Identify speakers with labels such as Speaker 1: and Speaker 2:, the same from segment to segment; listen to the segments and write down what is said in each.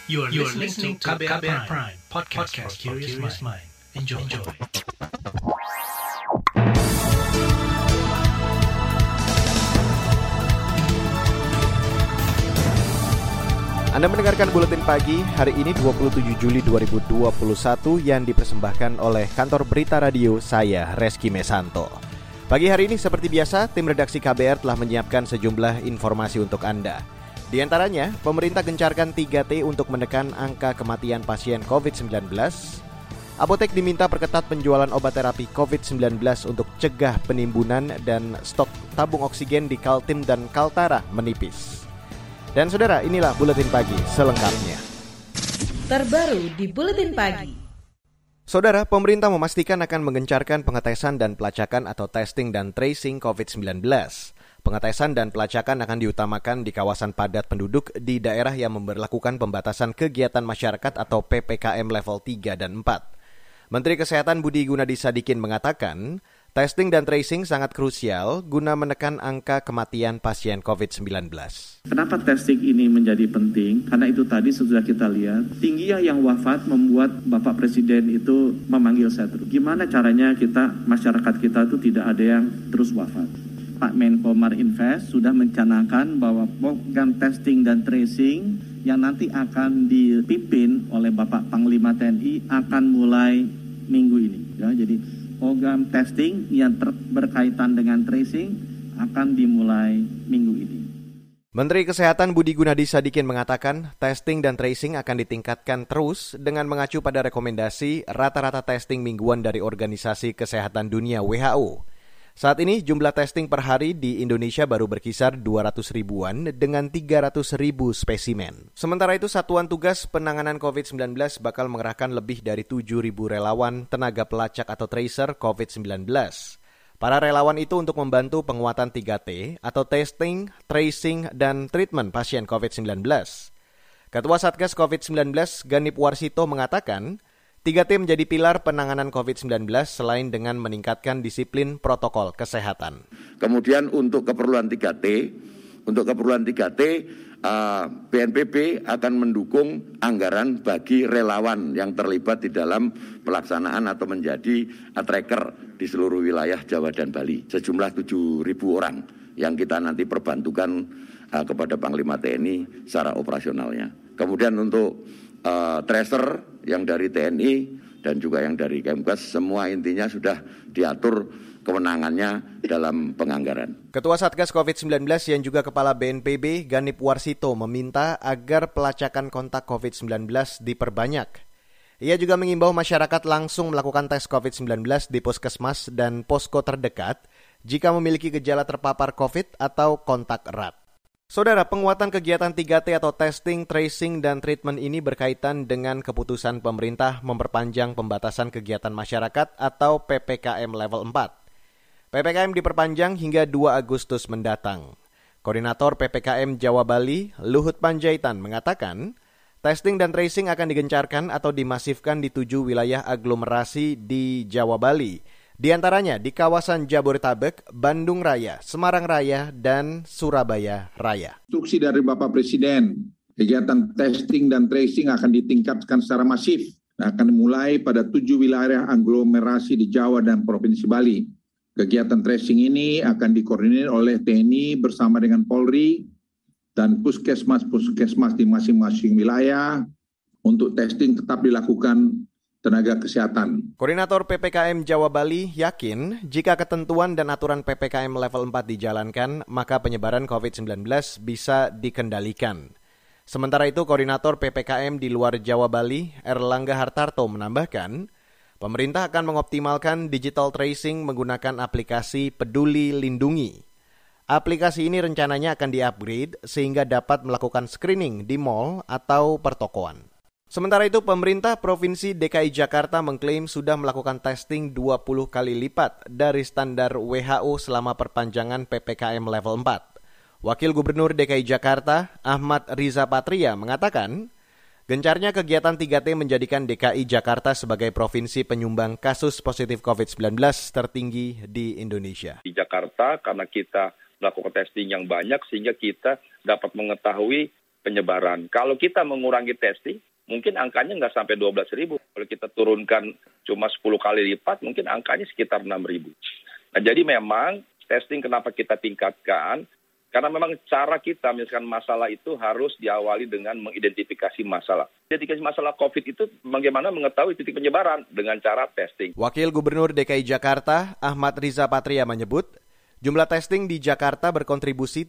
Speaker 1: You are listening to KBR Prime, podcast for curious mind. Enjoy.
Speaker 2: Anda mendengarkan Buletin Pagi hari ini 27 Juli 2021 yang dipersembahkan oleh kantor berita radio saya, Reski Mesanto. Pagi hari ini seperti biasa, tim redaksi KBR telah menyiapkan sejumlah informasi untuk Anda. Di antaranya, pemerintah gencarkan 3T untuk menekan angka kematian pasien COVID-19. Apotek diminta perketat penjualan obat terapi COVID-19 untuk cegah penimbunan dan stok tabung oksigen di Kaltim dan Kaltara menipis. Dan saudara, inilah Buletin Pagi selengkapnya.
Speaker 3: Terbaru di Buletin Pagi.
Speaker 2: Saudara, pemerintah memastikan akan menggencarkan pengetesan dan pelacakan atau testing dan tracing COVID-19. Pengetesan dan pelacakan akan diutamakan di kawasan padat penduduk di daerah yang memberlakukan pembatasan kegiatan masyarakat atau PPKM level 3 dan 4. Menteri Kesehatan Budi Gunadi Sadikin mengatakan, testing dan tracing sangat krusial guna menekan angka kematian pasien COVID-19.
Speaker 4: Kenapa testing ini menjadi penting? Karena itu tadi sudah kita lihat, tingginya yang wafat membuat Bapak Presiden itu memanggil saya terus. Gimana caranya masyarakat kita itu tidak ada yang terus wafat? Pak Menko Marinvest sudah mencanangkan bahwa program testing dan tracing yang nanti akan dipimpin oleh Bapak Panglima TNI akan mulai minggu ini. Ya, jadi program testing yang berkaitan dengan tracing akan dimulai minggu ini.
Speaker 2: Menteri Kesehatan Budi Gunadi Sadikin mengatakan testing dan tracing akan ditingkatkan terus dengan mengacu pada rekomendasi rata-rata testing mingguan dari Organisasi Kesehatan Dunia WHO. Saat ini jumlah testing per hari di Indonesia baru berkisar 200 ribuan dengan 300 ribu spesimen. Sementara itu Satuan Tugas Penanganan COVID-19 bakal mengerahkan lebih dari 7.000 relawan tenaga pelacak atau tracer COVID-19. Para relawan itu untuk membantu penguatan 3T atau testing, tracing, dan treatment pasien COVID-19. Ketua Satgas COVID-19 Ganip Warsito mengatakan, 3T menjadi pilar penanganan COVID-19 selain dengan meningkatkan disiplin protokol kesehatan.
Speaker 5: Kemudian untuk keperluan 3T, BNPB akan mendukung anggaran bagi relawan yang terlibat di dalam pelaksanaan atau menjadi tracker di seluruh wilayah Jawa dan Bali. Sejumlah 7.000 orang yang kita nanti perbantukan kepada Panglima TNI secara operasionalnya. Kemudian untuk tracer yang dari TNI dan juga yang dari Kemkes, semua intinya sudah diatur kewenangannya dalam penganggaran.
Speaker 2: Ketua Satgas COVID-19 yang juga Kepala BNPB Ganip Warsito meminta agar pelacakan kontak COVID-19 diperbanyak. Ia juga mengimbau masyarakat langsung melakukan tes COVID-19 di puskesmas dan posko terdekat jika memiliki gejala terpapar COVID atau kontak erat. Saudara, penguatan kegiatan 3T atau testing, tracing, dan treatment ini berkaitan dengan keputusan pemerintah memperpanjang pembatasan kegiatan masyarakat atau PPKM level 4. PPKM diperpanjang hingga 2 Agustus mendatang. Koordinator PPKM Jawa Bali, Luhut Panjaitan, mengatakan, testing dan tracing akan digencarkan atau dimasifkan di 7 wilayah aglomerasi di Jawa Bali. Di antaranya di kawasan Jabodetabek, Bandung Raya, Semarang Raya, dan Surabaya Raya.
Speaker 6: Instruksi dari Bapak Presiden, kegiatan testing dan tracing akan ditingkatkan secara masif. Akan dimulai pada 7 wilayah aglomerasi di Jawa dan Provinsi Bali. Kegiatan tracing ini akan dikoordinir oleh TNI bersama dengan Polri dan puskesmas di masing-masing wilayah. Untuk testing tetap dilakukan tenaga kesehatan.
Speaker 2: Koordinator PPKM Jawa Bali yakin jika ketentuan dan aturan PPKM level 4 dijalankan, maka penyebaran COVID-19 bisa dikendalikan. Sementara itu, Koordinator PPKM di luar Jawa Bali, Erlangga Hartarto, menambahkan, pemerintah akan mengoptimalkan digital tracing menggunakan aplikasi Peduli Lindungi. Aplikasi ini rencananya akan di-upgrade sehingga dapat melakukan screening di mal atau pertokoan. Sementara itu, pemerintah Provinsi DKI Jakarta mengklaim sudah melakukan testing 20 kali lipat dari standar WHO selama perpanjangan PPKM level 4. Wakil Gubernur DKI Jakarta, Ahmad Riza Patria, mengatakan, gencarnya kegiatan 3T menjadikan DKI Jakarta sebagai provinsi penyumbang kasus positif COVID-19 tertinggi di Indonesia.
Speaker 7: Di Jakarta, karena kita melakukan testing yang banyak, sehingga kita dapat mengetahui penyebaran. Kalau kita mengurangi testing, mungkin angkanya nggak sampai 12.000. Kalau kita turunkan cuma 10 kali lipat, mungkin angkanya sekitar 6.000. Nah, jadi memang testing kenapa kita tingkatkan? Karena memang cara kita menyelesaikan masalah itu harus diawali dengan mengidentifikasi masalah. Identifikasi masalah COVID itu bagaimana mengetahui titik penyebaran dengan cara testing.
Speaker 2: Wakil Gubernur DKI Jakarta, Ahmad Riza Patria menyebut, jumlah testing di Jakarta berkontribusi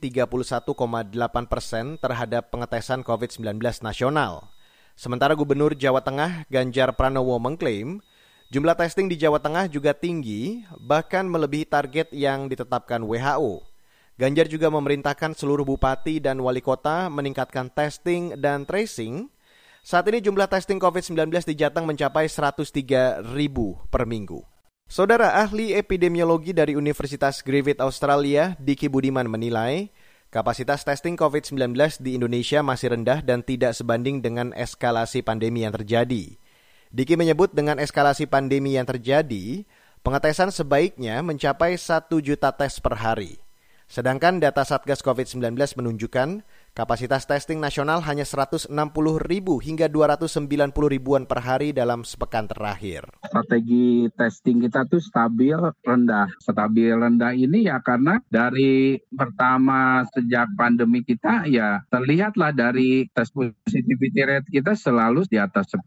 Speaker 2: 31,8% terhadap pengetesan COVID-19 nasional. Sementara Gubernur Jawa Tengah, Ganjar Pranowo mengklaim, jumlah testing di Jawa Tengah juga tinggi, bahkan melebihi target yang ditetapkan WHO. Ganjar juga memerintahkan seluruh bupati dan wali kota meningkatkan testing dan tracing. Saat ini jumlah testing COVID-19 di Jateng mencapai 103.000 per minggu. Saudara ahli epidemiologi dari Universitas Griffith Australia, Diki Budiman menilai, kapasitas testing COVID-19 di Indonesia masih rendah dan tidak sebanding dengan eskalasi pandemi yang terjadi. Diki menyebut dengan eskalasi pandemi yang terjadi, pengetesan sebaiknya mencapai 1 juta tes per hari. Sedangkan data Satgas COVID-19 menunjukkan kapasitas testing nasional hanya 160.000 hingga 290.000-an per hari dalam sepekan terakhir.
Speaker 6: Strategi testing kita tuh stabil rendah. Stabil rendah ini ya karena dari pertama sejak pandemi kita ya terlihatlah dari test positivity rate kita selalu di atas 10%.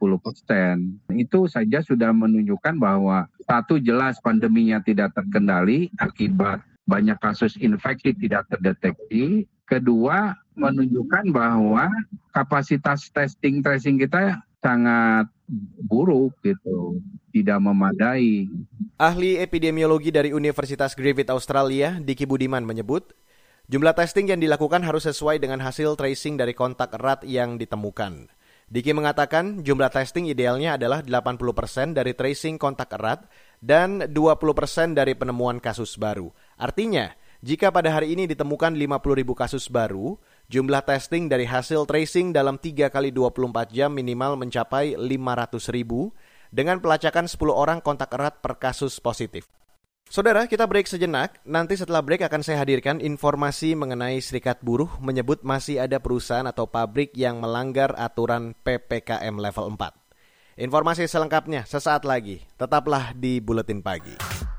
Speaker 6: Itu saja sudah menunjukkan bahwa satu jelas pandeminya tidak terkendali akibat banyak kasus infeksi tidak terdeteksi. Kedua, menunjukkan bahwa kapasitas testing tracing kita sangat buruk gitu, tidak memadai.
Speaker 2: Ahli epidemiologi dari Universitas Griffith Australia, Diki Budiman menyebut, jumlah testing yang dilakukan harus sesuai dengan hasil tracing dari kontak erat yang ditemukan. Diki mengatakan jumlah testing idealnya adalah 80% dari tracing kontak erat dan 20% dari penemuan kasus baru. Artinya, jika pada hari ini ditemukan 50.000 kasus baru, jumlah testing dari hasil tracing dalam 3 kali 24 jam minimal mencapai 500.000 dengan pelacakan 10 orang kontak erat per kasus positif. Saudara, kita break sejenak. Nanti setelah break akan saya hadirkan informasi mengenai Serikat Buruh menyebut masih ada perusahaan atau pabrik yang melanggar aturan PPKM level 4. Informasi selengkapnya sesaat lagi. Tetaplah di Buletin Pagi.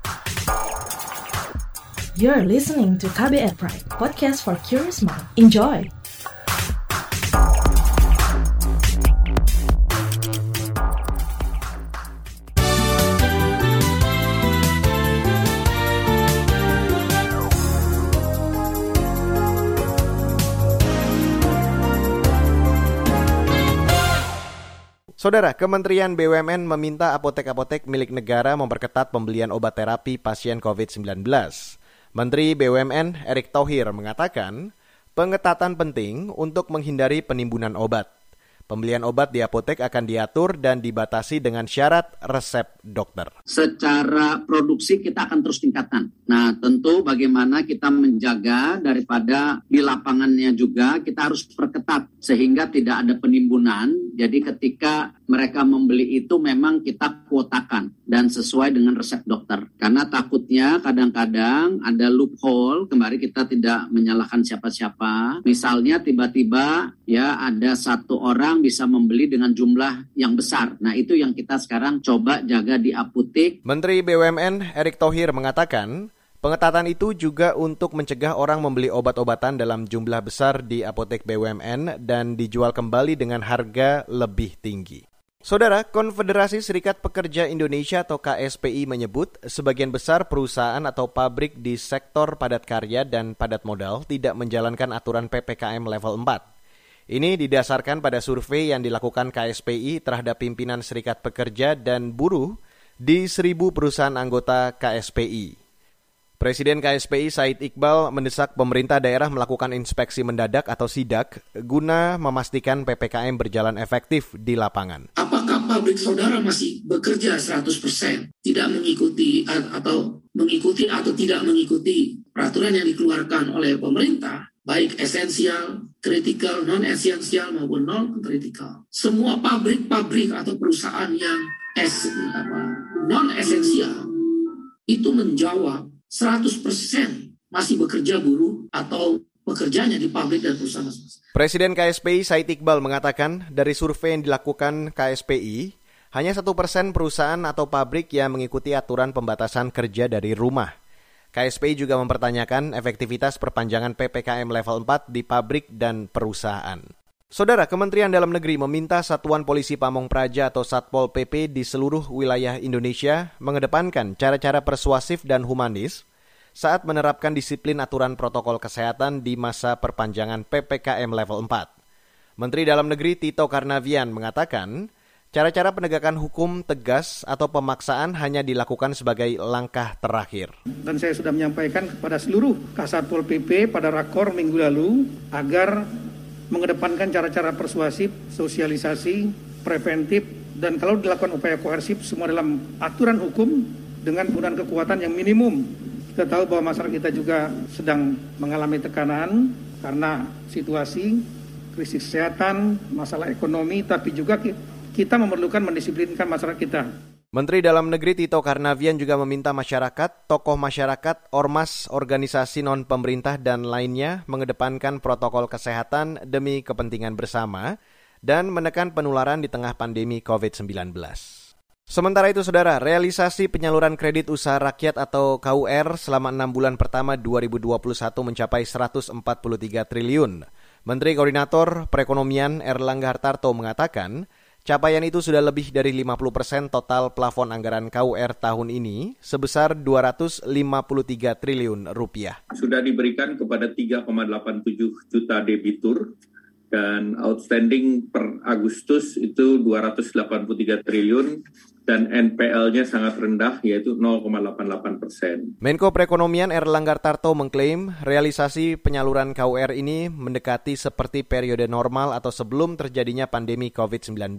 Speaker 3: You're listening to KBR Pride, podcast for curious mind. Enjoy!
Speaker 2: Saudara, Kementerian BUMN meminta apotek-apotek milik negara memperketat pembelian obat terapi pasien COVID-19. Menteri BUMN Erick Thohir mengatakan, pengetatan penting untuk menghindari penimbunan obat. Pembelian obat di apotek akan diatur dan dibatasi dengan syarat resep dokter.
Speaker 8: Secara produksi kita akan terus tingkatkan. Nah, tentu bagaimana kita menjaga daripada di lapangannya juga kita harus perketat sehingga tidak ada penimbunan. Jadi ketika mereka membeli itu memang kita kuotakan dan sesuai dengan resep dokter. Karena takutnya kadang-kadang ada loophole, kemarin kita tidak menyalahkan siapa-siapa. Misalnya tiba-tiba ya ada satu orang bisa membeli dengan jumlah yang besar. Nah, itu yang kita sekarang coba jaga di apotek.
Speaker 2: Menteri BUMN Erick Thohir mengatakan, pengetatan itu juga untuk mencegah orang membeli obat-obatan dalam jumlah besar di apotek BUMN dan dijual kembali dengan harga lebih tinggi. Saudara, Konfederasi Serikat Pekerja Indonesia atau KSPI menyebut sebagian besar perusahaan atau pabrik di sektor padat karya dan padat modal tidak menjalankan aturan PPKM level 4. Ini didasarkan pada survei yang dilakukan KSPI terhadap pimpinan serikat pekerja dan buruh di 1.000 perusahaan anggota KSPI. Presiden KSPI Said Iqbal mendesak pemerintah daerah melakukan inspeksi mendadak atau sidak guna memastikan PPKM berjalan efektif di lapangan.
Speaker 9: Apakah pabrik saudara masih bekerja 100%, tidak mengikuti atau tidak mengikuti peraturan yang dikeluarkan oleh pemerintah? Baik esensial, kritikal, non-esensial maupun non-kritikal. Semua pabrik-pabrik atau perusahaan yang non-esensial itu menjawab 100% masih bekerja buruh atau pekerjaannya di pabrik dan perusahaan swasta.
Speaker 2: Presiden KSPI Said Iqbal mengatakan dari survei yang dilakukan KSPI, hanya 1% perusahaan atau pabrik yang mengikuti aturan pembatasan kerja dari rumah. KSPI juga mempertanyakan efektivitas perpanjangan PPKM level 4 di pabrik dan perusahaan. Saudara, Kementerian Dalam Negeri meminta Satuan Polisi Pamong Praja atau Satpol PP di seluruh wilayah Indonesia mengedepankan cara-cara persuasif dan humanis saat menerapkan disiplin aturan protokol kesehatan di masa perpanjangan PPKM level 4. Menteri Dalam Negeri Tito Karnavian mengatakan, cara-cara penegakan hukum tegas atau pemaksaan hanya dilakukan sebagai langkah terakhir.
Speaker 10: Dan saya sudah menyampaikan kepada seluruh Kasatpol PP pada rakor minggu lalu agar mengedepankan cara-cara persuasif, sosialisasi, preventif, dan kalau dilakukan upaya koersif semua dalam aturan hukum dengan penggunaan kekuatan yang minimum. Kita tahu bahwa masyarakat kita juga sedang mengalami tekanan karena situasi krisis kesehatan, masalah ekonomi, tapi juga kita memerlukan mendisiplinkan masyarakat kita.
Speaker 2: Menteri Dalam Negeri Tito Karnavian juga meminta masyarakat, tokoh masyarakat, ormas, organisasi non-pemerintah dan lainnya mengedepankan protokol kesehatan demi kepentingan bersama dan menekan penularan di tengah pandemi COVID-19. Sementara itu, Saudara, realisasi penyaluran kredit usaha rakyat atau KUR selama 6 bulan pertama 2021 mencapai 143 triliun. Menteri Koordinator Perekonomian Erlangga Hartarto mengatakan, capaian itu sudah lebih dari 50% total plafon anggaran KUR tahun ini sebesar 253 triliun rupiah.
Speaker 6: Sudah diberikan kepada 3,87 juta debitur dan outstanding per Agustus itu 283 triliun dan NPL-nya sangat rendah yaitu 0,88%.
Speaker 2: Menko Perekonomian Erlangga Hartarto mengklaim realisasi penyaluran KUR ini mendekati seperti periode normal atau sebelum terjadinya pandemi COVID-19.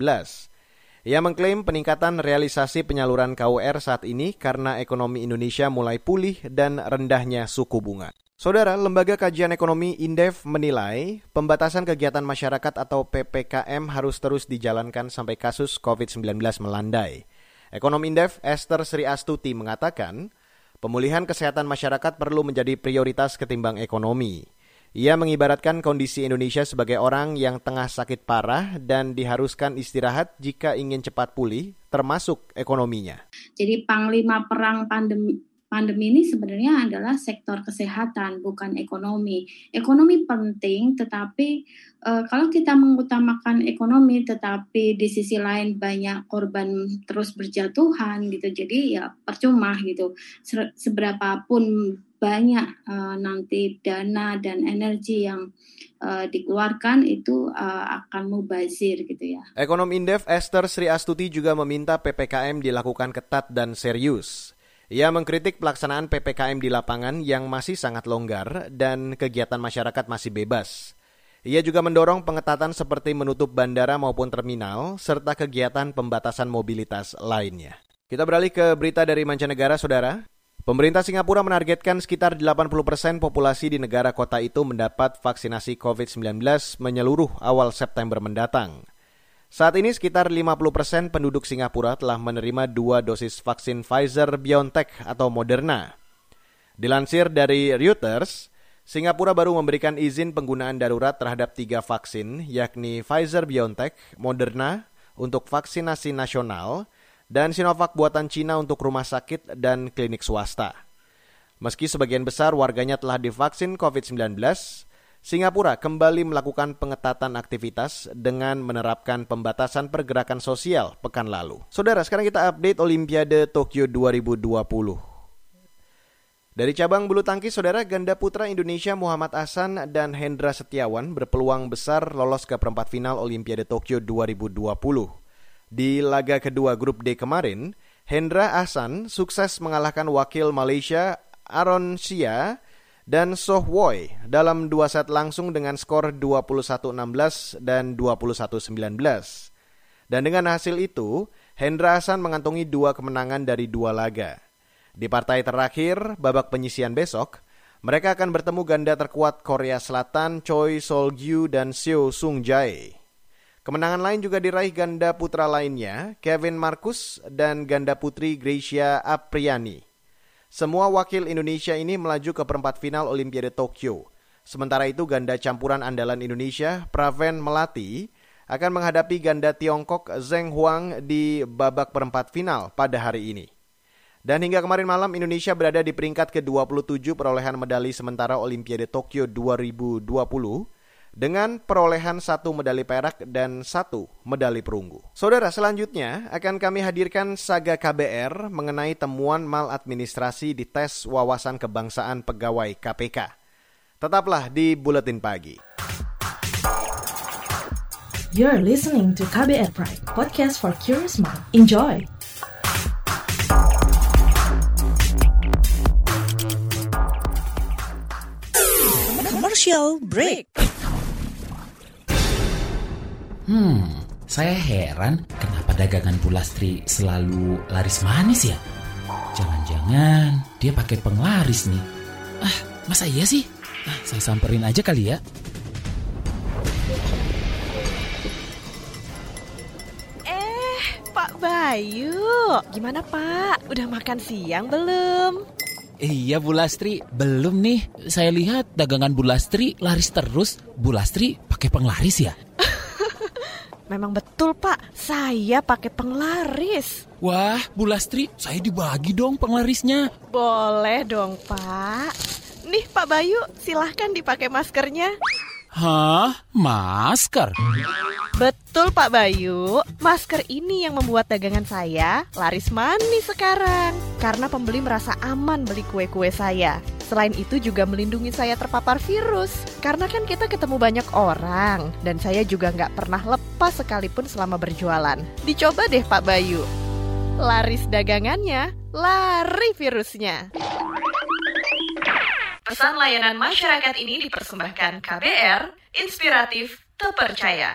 Speaker 2: Ia mengklaim peningkatan realisasi penyaluran KUR saat ini karena ekonomi Indonesia mulai pulih dan rendahnya suku bunga. Saudara, Lembaga Kajian Ekonomi Indef menilai pembatasan kegiatan masyarakat atau PPKM harus terus dijalankan sampai kasus COVID-19 melandai. Ekonom Indef Esther Sri Astuti mengatakan, pemulihan kesehatan masyarakat perlu menjadi prioritas ketimbang ekonomi. Ia mengibaratkan kondisi Indonesia sebagai orang yang tengah sakit parah dan diharuskan istirahat jika ingin cepat pulih, termasuk ekonominya.
Speaker 11: Jadi panglima perang pandemi ini sebenarnya adalah sektor kesehatan, bukan ekonomi. Ekonomi penting, tetapi kalau kita mengutamakan ekonomi, tetapi di sisi lain banyak korban terus berjatuhan gitu, jadi ya percuma gitu. Seberapapun banyak nanti dana dan energi yang dikeluarkan itu akan mubazir gitu ya.
Speaker 2: Ekonom Indef Esther Sri Astuti juga meminta PPKM dilakukan ketat dan serius. Ia mengkritik pelaksanaan PPKM di lapangan yang masih sangat longgar dan kegiatan masyarakat masih bebas. Ia juga mendorong pengetatan seperti menutup bandara maupun terminal, serta kegiatan pembatasan mobilitas lainnya. Kita beralih ke berita dari mancanegara, Saudara. Pemerintah Singapura menargetkan sekitar 80% populasi di negara kota itu mendapat vaksinasi COVID-19 menyeluruh awal September mendatang. Saat ini sekitar 50% penduduk Singapura telah menerima 2 dosis vaksin Pfizer-BioNTech atau Moderna. Dilansir dari Reuters, Singapura baru memberikan izin penggunaan darurat terhadap 3 vaksin, yakni Pfizer-BioNTech, Moderna untuk vaksinasi nasional, dan Sinovac buatan Cina untuk rumah sakit dan klinik swasta. Meski sebagian besar warganya telah divaksin COVID-19, Singapura kembali melakukan pengetatan aktivitas dengan menerapkan pembatasan pergerakan sosial pekan lalu. Saudara, sekarang kita update Olimpiade Tokyo 2020. Dari cabang bulu tangkis, Saudara, ganda putra Indonesia Muhammad Ahsan dan Hendra Setiawan berpeluang besar lolos ke perempat final Olimpiade Tokyo 2020. Di laga kedua grup D kemarin, Hendra Ahsan sukses mengalahkan wakil Malaysia Aaron Sia dan Soh Woi dalam 2 set langsung dengan skor 21-16 dan 21-19. Dan dengan hasil itu, Hendra Ahsan mengantongi 2 kemenangan dari 2 laga. Di partai terakhir, babak penyisihan besok, mereka akan bertemu ganda terkuat Korea Selatan Choi Sol-gyu dan Seo Sung-jae. Kemenangan lain juga diraih ganda putra lainnya, Kevin Marcus dan ganda putri Gracia Apriani. Semua wakil Indonesia ini melaju ke perempat final Olimpiade Tokyo. Sementara itu, ganda campuran andalan Indonesia, Praven Melati, akan menghadapi ganda Tiongkok Zheng Huang di babak perempat final pada hari ini. Dan hingga kemarin malam, Indonesia berada di peringkat ke-27 perolehan medali sementara Olimpiade Tokyo 2020 dengan perolehan 1 medali perak dan 1 medali perunggu. Saudara, selanjutnya akan kami hadirkan Saga KBR mengenai temuan maladministrasi di tes wawasan kebangsaan pegawai KPK. Tetaplah di Buletin Pagi.
Speaker 3: You're listening to KBR Pride, podcast for curious mind. Enjoy!
Speaker 12: Commercial break. Saya heran kenapa dagangan Bu Lastri selalu laris manis ya? Jangan-jangan dia pakai penglaris nih. Masa iya sih? Saya samperin aja kali ya.
Speaker 13: Pak Bayu, gimana Pak? Udah makan siang belum?
Speaker 12: Iya Bu Lastri, belum nih. Saya lihat dagangan Bu Lastri laris terus. Bu Lastri pakai penglaris ya?
Speaker 13: Memang betul Pak, saya pakai penglaris.
Speaker 12: Wah, Bu Lastri, saya dibagi dong penglarisnya.
Speaker 13: Boleh dong Pak. Nih Pak Bayu, silahkan dipakai maskernya.
Speaker 12: Hah? Masker?
Speaker 13: Betul Pak Bayu, masker ini yang membuat dagangan saya laris manis sekarang. Karena pembeli merasa aman beli kue-kue saya. Selain itu juga melindungi saya terpapar virus. Karena kan kita ketemu banyak orang. Dan saya juga nggak pernah lepas sekalipun selama berjualan. Dicoba deh Pak Bayu. Laris dagangannya, lari virusnya. Pesan layanan masyarakat ini dipersembahkan KBR, inspiratif, terpercaya.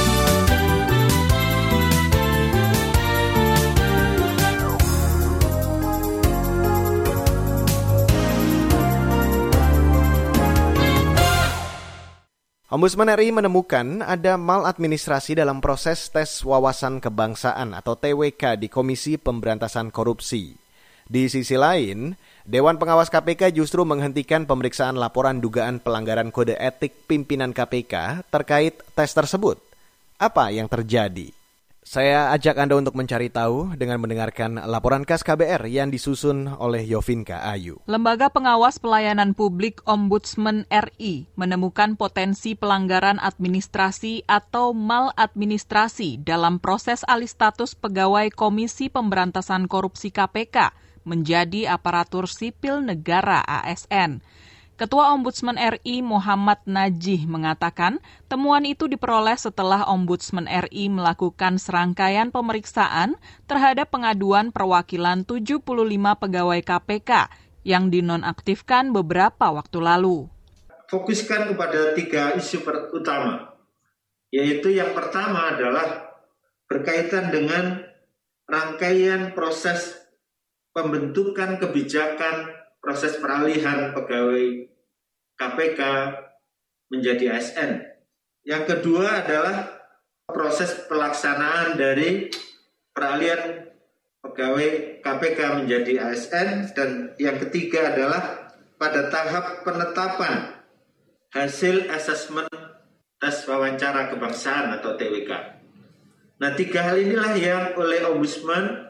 Speaker 2: Ombudsman RI menemukan ada maladministrasi dalam proses tes wawasan kebangsaan atau TWK di Komisi Pemberantasan Korupsi. Di sisi lain, Dewan Pengawas KPK justru menghentikan pemeriksaan laporan dugaan pelanggaran kode etik pimpinan KPK terkait tes tersebut. Apa yang terjadi? Saya ajak Anda untuk mencari tahu dengan mendengarkan laporan khas KBR yang disusun oleh Yovinka Ayu.
Speaker 14: Lembaga Pengawas Pelayanan Publik Ombudsman RI menemukan potensi pelanggaran administrasi atau maladministrasi dalam proses alih status pegawai Komisi Pemberantasan Korupsi KPK menjadi aparatur sipil negara ASN. Ketua Ombudsman RI Muhammad Najih mengatakan temuan itu diperoleh setelah Ombudsman RI melakukan serangkaian pemeriksaan terhadap pengaduan perwakilan 75 pegawai KPK yang dinonaktifkan beberapa waktu lalu.
Speaker 15: Fokuskan kepada 3 isu utama, yaitu yang pertama adalah berkaitan dengan rangkaian proses pembentukan kebijakan proses peralihan pegawai KPK menjadi ASN. Yang kedua adalah proses pelaksanaan dari peralihan pegawai KPK menjadi ASN. Dan yang ketiga adalah pada tahap penetapan hasil asesmen tes wawancara kebangsaan atau TWK. Nah, 3 hal inilah yang oleh Ombudsman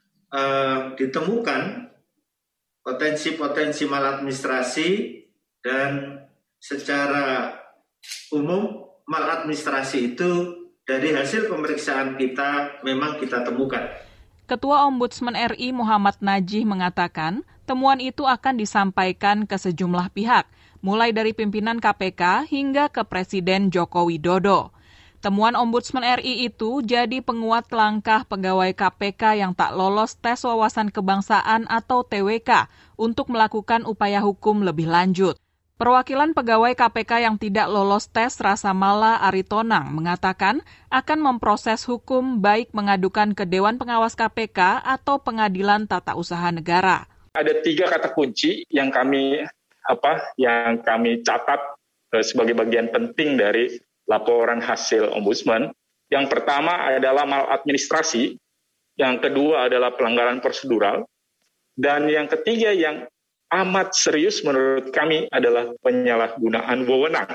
Speaker 15: ditemukan potensi-potensi maladministrasi, dan secara umum maladministrasi itu dari hasil pemeriksaan kita memang kita temukan.
Speaker 14: Ketua Ombudsman RI Muhammad Najih mengatakan temuan itu akan disampaikan ke sejumlah pihak, mulai dari pimpinan KPK hingga ke Presiden Joko Widodo. Temuan Ombudsman RI itu jadi penguat langkah pegawai KPK yang tak lolos tes wawasan kebangsaan atau TWK untuk melakukan upaya hukum lebih lanjut. Perwakilan pegawai KPK yang tidak lolos tes Rasa Mala Aritonang mengatakan akan memproses hukum baik mengadukan ke Dewan Pengawas KPK atau Pengadilan Tata Usaha Negara.
Speaker 16: Ada 3 kata kunci yang kami catat sebagai bagian penting dari laporan hasil Ombudsman. Yang pertama adalah maladministrasi, yang kedua adalah pelanggaran prosedural, dan yang ketiga yang amat serius menurut kami adalah penyalahgunaan wewenang.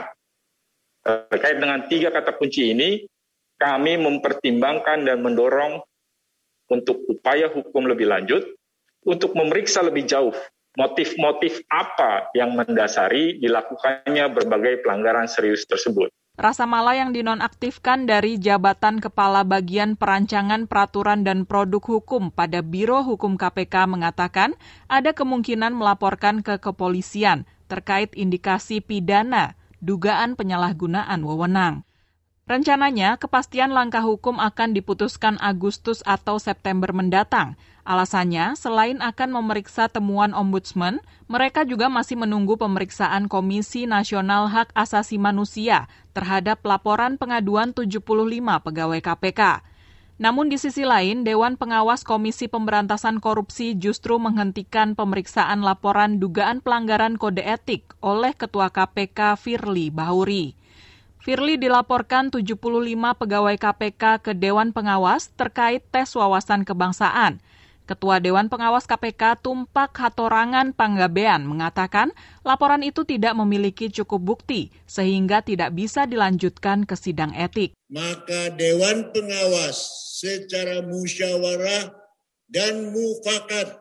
Speaker 16: Terkait dengan 3 kata kunci ini, kami mempertimbangkan dan mendorong untuk upaya hukum lebih lanjut untuk memeriksa lebih jauh motif-motif apa yang mendasari dilakukannya berbagai pelanggaran serius tersebut.
Speaker 14: Rasa Mala yang dinonaktifkan dari jabatan Kepala Bagian Perancangan Peraturan dan Produk Hukum pada Biro Hukum KPK mengatakan ada kemungkinan melaporkan ke kepolisian terkait indikasi pidana, dugaan penyalahgunaan wewenang. Rencananya, kepastian langkah hukum akan diputuskan Agustus atau September mendatang. Alasannya, selain akan memeriksa temuan Ombudsman, mereka juga masih menunggu pemeriksaan Komisi Nasional Hak Asasi Manusia terhadap laporan pengaduan 75 pegawai KPK. Namun di sisi lain, Dewan Pengawas Komisi Pemberantasan Korupsi justru menghentikan pemeriksaan laporan dugaan pelanggaran kode etik oleh Ketua KPK Firly Bahuri. Firly dilaporkan 75 pegawai KPK ke Dewan Pengawas terkait tes wawasan kebangsaan. Ketua Dewan Pengawas KPK Tumpak Hatorangan Panggabean mengatakan laporan itu tidak memiliki cukup bukti sehingga tidak bisa dilanjutkan ke sidang etik.
Speaker 17: Maka Dewan Pengawas secara musyawarah dan mufakat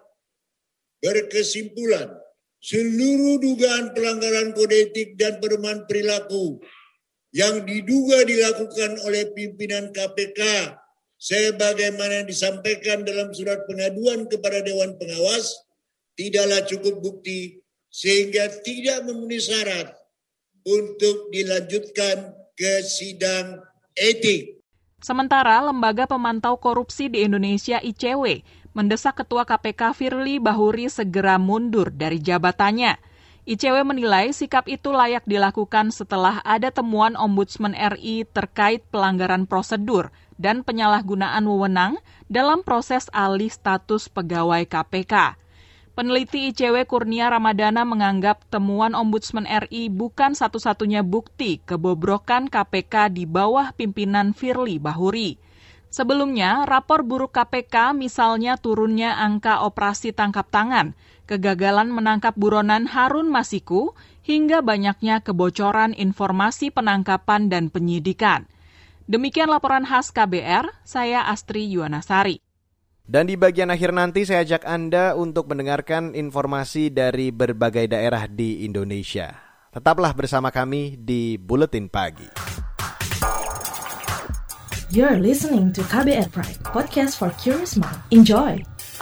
Speaker 17: berkesimpulan seluruh dugaan pelanggaran kode etik dan pedoman perilaku yang diduga dilakukan oleh pimpinan KPK sebagaimana disampaikan dalam surat pengaduan kepada Dewan Pengawas tidaklah cukup bukti sehingga tidak memenuhi syarat untuk dilanjutkan ke sidang etik.
Speaker 14: Sementara Lembaga Pemantau Korupsi di Indonesia ICW mendesak Ketua KPK Firly Bahuri segera mundur dari jabatannya. ICW menilai sikap itu layak dilakukan setelah ada temuan Ombudsman RI terkait pelanggaran prosedur dan penyalahgunaan wewenang dalam proses alih status pegawai KPK. Peneliti ICW Kurnia Ramadana menganggap temuan Ombudsman RI bukan satu-satunya bukti kebobrokan KPK di bawah pimpinan Firly Bahuri. Sebelumnya, rapor buruk KPK misalnya turunnya angka operasi tangkap tangan, kegagalan menangkap buronan Harun Masiku, hingga banyaknya kebocoran informasi penangkapan dan penyidikan. Demikian laporan khas KBR, saya Astri Yuwanasari.
Speaker 2: Dan di bagian akhir nanti saya ajak Anda untuk mendengarkan informasi dari berbagai daerah di Indonesia. Tetaplah bersama kami di Buletin Pagi.
Speaker 3: You're listening to KBR Pride, podcast for curious mind. Enjoy!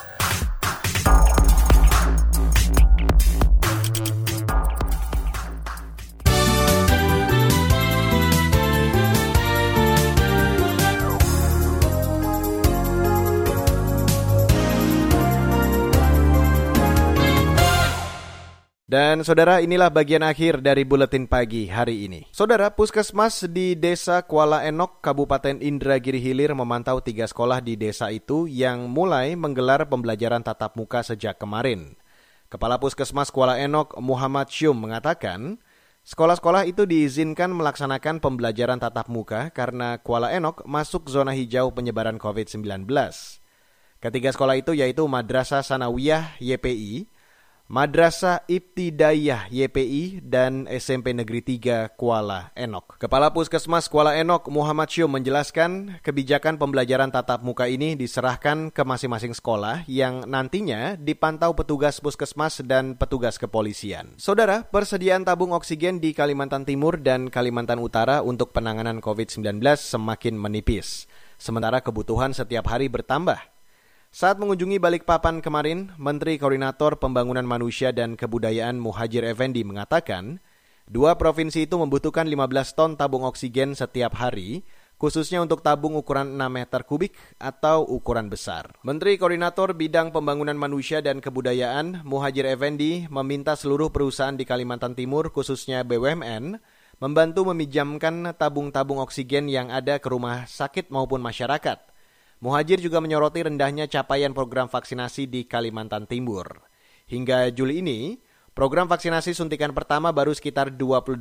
Speaker 2: Dan saudara, inilah bagian akhir dari Buletin Pagi hari ini. Saudara, Puskesmas di Desa Kuala Enok, Kabupaten Indragiri Hilir memantau 3 sekolah di desa itu yang mulai menggelar pembelajaran tatap muka sejak kemarin. Kepala Puskesmas Kuala Enok, Muhammad Syum, mengatakan sekolah-sekolah itu diizinkan melaksanakan pembelajaran tatap muka karena Kuala Enok masuk zona hijau penyebaran COVID-19. Ketiga sekolah itu yaitu Madrasah Sanawiyah YPI, Madrasah Ibtidaiyah YPI, dan SMP Negeri 3 Kuala Enok. Kepala Puskesmas Kuala Enok, Muhammad Syum, menjelaskan kebijakan pembelajaran tatap muka ini diserahkan ke masing-masing sekolah yang nantinya dipantau petugas puskesmas dan petugas kepolisian. Saudara, persediaan tabung oksigen di Kalimantan Timur dan Kalimantan Utara untuk penanganan COVID-19 semakin menipis, sementara kebutuhan setiap hari bertambah. Saat mengunjungi Balikpapan kemarin, Menteri Koordinator Pembangunan Manusia dan Kebudayaan Muhadjir Effendi mengatakan, 2 provinsi itu membutuhkan 15 ton tabung oksigen setiap hari, khususnya untuk tabung ukuran 6 meter kubik atau ukuran besar. Menteri Koordinator Bidang Pembangunan Manusia dan Kebudayaan Muhadjir Effendi meminta seluruh perusahaan di Kalimantan Timur, khususnya BUMN, membantu meminjamkan tabung-tabung oksigen yang ada ke rumah sakit maupun masyarakat. Muhadjir juga menyoroti rendahnya capaian program vaksinasi di Kalimantan Timur. Hingga Juli ini, program vaksinasi suntikan pertama baru sekitar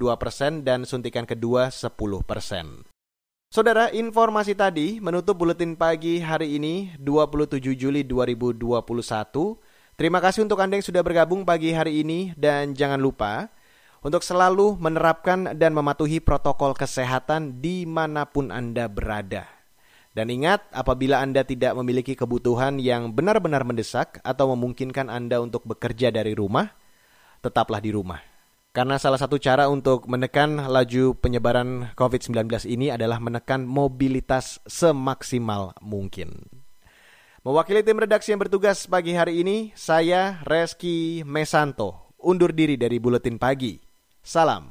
Speaker 2: 22% dan suntikan kedua 10%. Saudara, informasi tadi menutup Buletin Pagi hari ini 27 Juli 2021. Terima kasih untuk Anda yang sudah bergabung pagi hari ini dan jangan lupa untuk selalu menerapkan dan mematuhi protokol kesehatan dimanapun Anda berada. Dan ingat, apabila Anda tidak memiliki kebutuhan yang benar-benar mendesak atau memungkinkan Anda untuk bekerja dari rumah, tetaplah di rumah. Karena salah satu cara untuk menekan laju penyebaran COVID-19 ini adalah menekan mobilitas semaksimal mungkin. Mewakili tim redaksi yang bertugas pagi hari ini, saya Reski Mesanto, undur diri dari Buletin Pagi. Salam.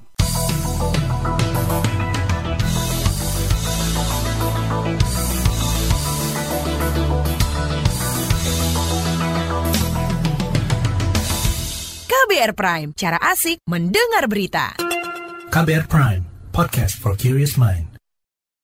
Speaker 18: KBR Prime, cara asik mendengar berita.
Speaker 1: KBR Prime, podcast for curious mind.